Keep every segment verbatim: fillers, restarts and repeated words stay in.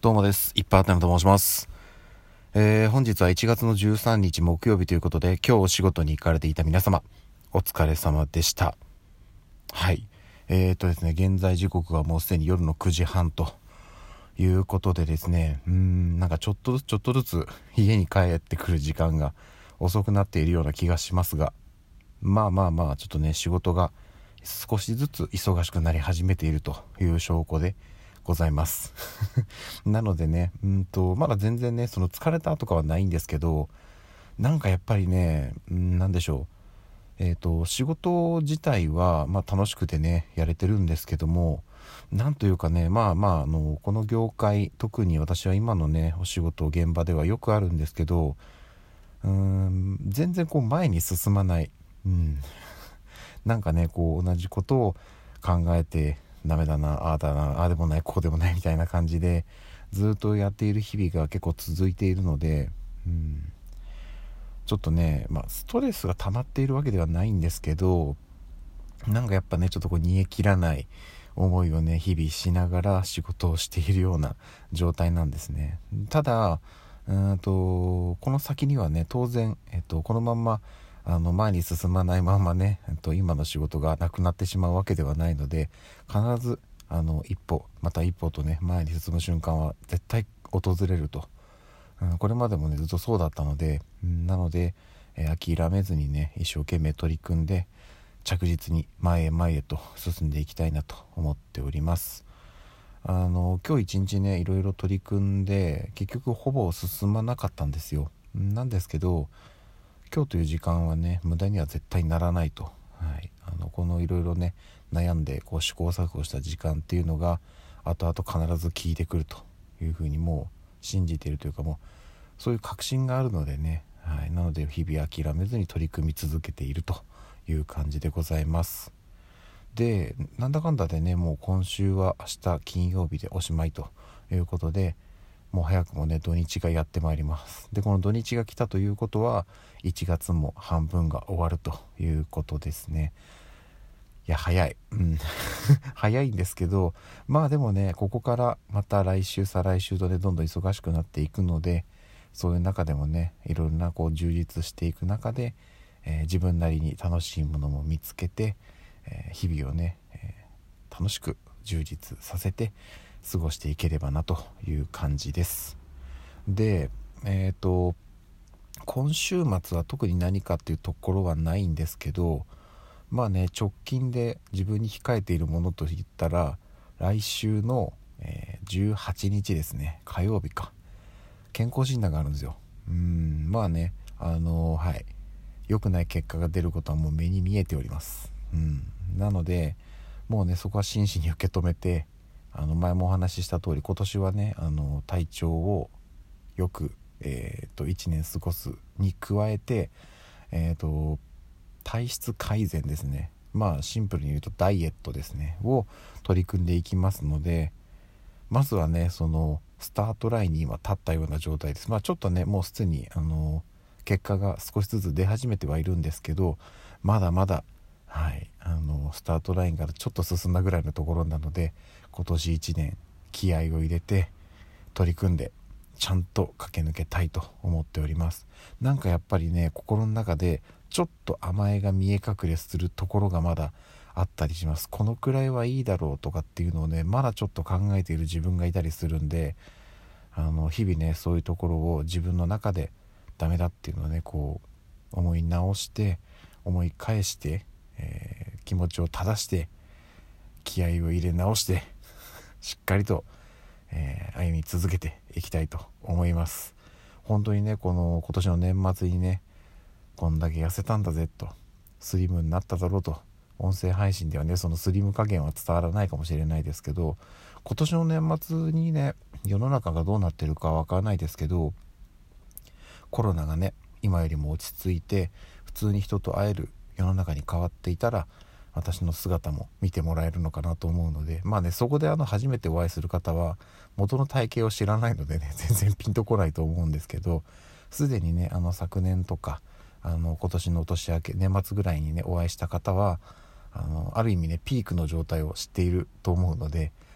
どうもです。いっぱいあったのと申します。えー、本日はいちがつのじゅうさんにち木曜日ということで、今日お仕事に行かれていた皆様、お疲れ様でした。はい。えーとですね、現在時刻はもうすでに夜のくじはんということでですね、うーん、なんかちょっとずつちょっとずつ家に帰ってくる時間が遅くなっているような気がしますが、まあまあまあ、ちょっとね、仕事が少しずつ忙しくなり始めているという証拠で、ございますなのでね、うんとまだ全然ねその疲れたとかはないんですけど、なんかやっぱりね、うん、なんでしょう、えーと仕事自体はまあ楽しくてねやれてるんですけども、なんというかね、まあまああのこの業界、特に私は今のねお仕事現場ではよくあるんですけど、うーん全然こう前に進まない、うん、なんかねこう同じことを考えてダメだな、ああだな、ああでもないこうでもないみたいな感じでずっとやっている日々が結構続いているので、うん、ちょっとね、まあ、ストレスが溜まっているわけではないんですけど、なんかやっぱねちょっとこう煮え切らない思いをね日々しながら仕事をしているような状態なんですね。ただうんとこの先にはね当然、えっと、このまんまあの前に進まないままね、えっと、今の仕事がなくなってしまうわけではないので、必ずあの一歩また一歩とね前に進む瞬間は絶対訪れると、うん、これまでもねずっとそうだったので、うん、なので、えー諦めずにね一生懸命取り組んで着実に前へ前へと進んでいきたいなと思っております。あの今日一日ねいろいろ取り組んで結局ほぼ進まなかったんですよ。なんですけど今日という時間はね無駄には絶対ならないと、はい、あのこのいろいろね悩んでこう試行錯誤した時間っていうのが後々必ず効いてくるというふうにもう信じているというか、もうそういう確信があるのでね、はい、なので日々諦めずに取り組み続けているという感じでございます。でなんだかんだでねもう今週は明日金曜日でおしまいということで、もう早くもね土日がやってまいります。でこの土日が来たということはいちがつも半分が終わるということですね。いや早い、うん早いんですけど、まあでもねここからまた来週再来週とねどんどん忙しくなっていくので、そういう中でもねいろんなこう充実していく中で、えー自分なりに楽しいものも見つけて、えー日々をね、えー楽しく充実させて過ごしていければなという感じです。でえっと今週末は特に何かっていうところはないんですけど、まあね直近で自分に控えているものといったら来週の、えーじゅうはちにちですね、火曜日か、健康診断があるんですよ。うーんまあねあのーはい良くない結果が出ることはもう目に見えております。うんなのでもうねそこは真摯に受け止めて、あの前もお話しした通り今年はねあの体調をよく、えー、といちねん過ごすに加えて、えー、と体質改善ですね、まあシンプルに言うとダイエットですねを取り組んでいきますので、まずはねそのスタートラインに今立ったような状態です。まあちょっとねもうすでにあの結果が少しずつ出始めてはいるんですけど、まだまだはいあのスタートラインからちょっと進んだぐらいのところなので、今年いちねん気合を入れて取り組んでちゃんと駆け抜けたいと思っております。なんかやっぱりね心の中でちょっと甘えが見え隠れするところがまだあったりします。このくらいはいいだろうとかっていうのをねまだちょっと考えている自分がいたりするんで、あの日々ねそういうところを自分の中でダメだっていうのをねこう思い直して思い返して、えー気持ちを正して気合を入れ直してしっかりと、えー歩み続けていきたいと思います。本当にねこの今年の年末にねこんだけ痩せたんだぜと、スリムになっただろうと、音声配信ではねそのスリム加減は伝わらないかもしれないですけど、今年の年末にね世の中がどうなってるかわからないですけど、コロナがね今よりも落ち着いて普通に人と会える世の中に変わっていたら、私の姿も見てもらえるのかなと思うので、まあねそこであの初めてお会いする方は元の体型を知らないのでね全然ピンとこないと思うんですけど、すでにねあの昨年とかあの今年の年明け年末ぐらいにねお会いした方はあのある意味ねピークの状態を知っていると思うので、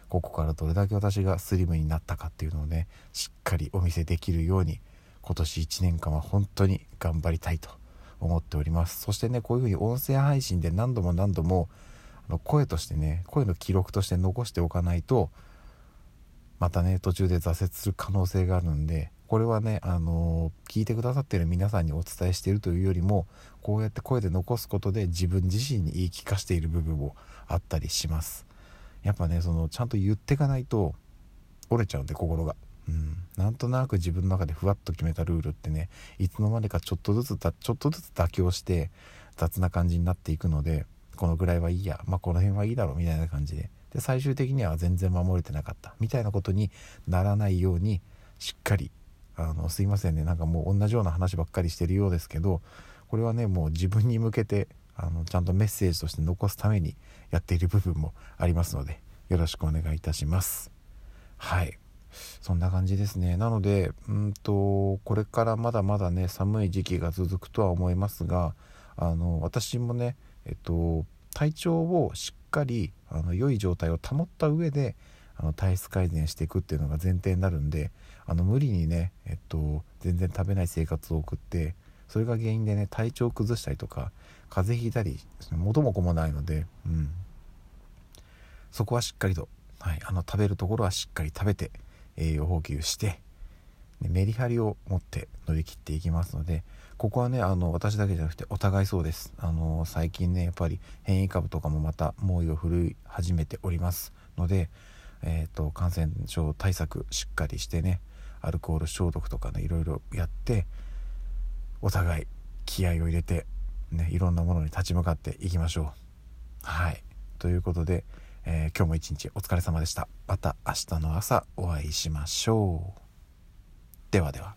ここからどれだけ私がスリムになったかっていうのをね、しっかりお見せできるように今年いちねんかんは本当に頑張りたいと思っております。そしてね、こういうふうに音声配信で何度も何度もあの声としてね、声の記録として残しておかないと、またね途中で挫折する可能性があるんで、これはね、あのー、聞いてくださっている皆さんにお伝えしているというよりも、こうやって声で残すことで自分自身に言い聞かせている部分もあったりします。やっぱね、そのちゃんと言っていかないと折れちゃうんで、心が、うん、なんとなく自分の中でふわっと決めたルールってね、いつの間にかちょっとずつだちょっとずつ妥協して雑な感じになっていくので、このぐらいはいいや、まあこの辺はいいだろうみたいな感じで、で最終的には全然守れてなかったみたいなことにならないように、しっかりあのすいませんね、なんかもう同じような話ばっかりしてるようですけど、これはねもう自分に向けてあのちゃんとメッセージとして残すためにやっている部分もありますので、よろしくお願いいたします。はい、そんな感じですね。なのでうんとこれからまだまだね寒い時期が続くとは思いますが、あの私もねえっと体調をしっかりあの良い状態を保った上であの体質改善していくっていうのが前提になるんで、あの無理にね、えっと、全然食べない生活を送って、それが原因でね体調を崩したりとか風邪ひいたり元も子もないので、うん、そこはしっかりと、はい、あの食べるところはしっかり食べて栄養補給して、ね、メリハリを持って乗り切っていきますので、ここはねあの私だけじゃなくてお互いそうです。あの最近ねやっぱり変異株とかもまた猛威を振るい始めておりますので、えーと、感染症対策しっかりしてね、アルコール消毒とかねいろいろやって、お互い気合を入れてね、いろんなものに立ち向かっていきましょう。はい、ということで、えー、今日も一日お疲れ様でした。また明日の朝お会いしましょう。ではでは。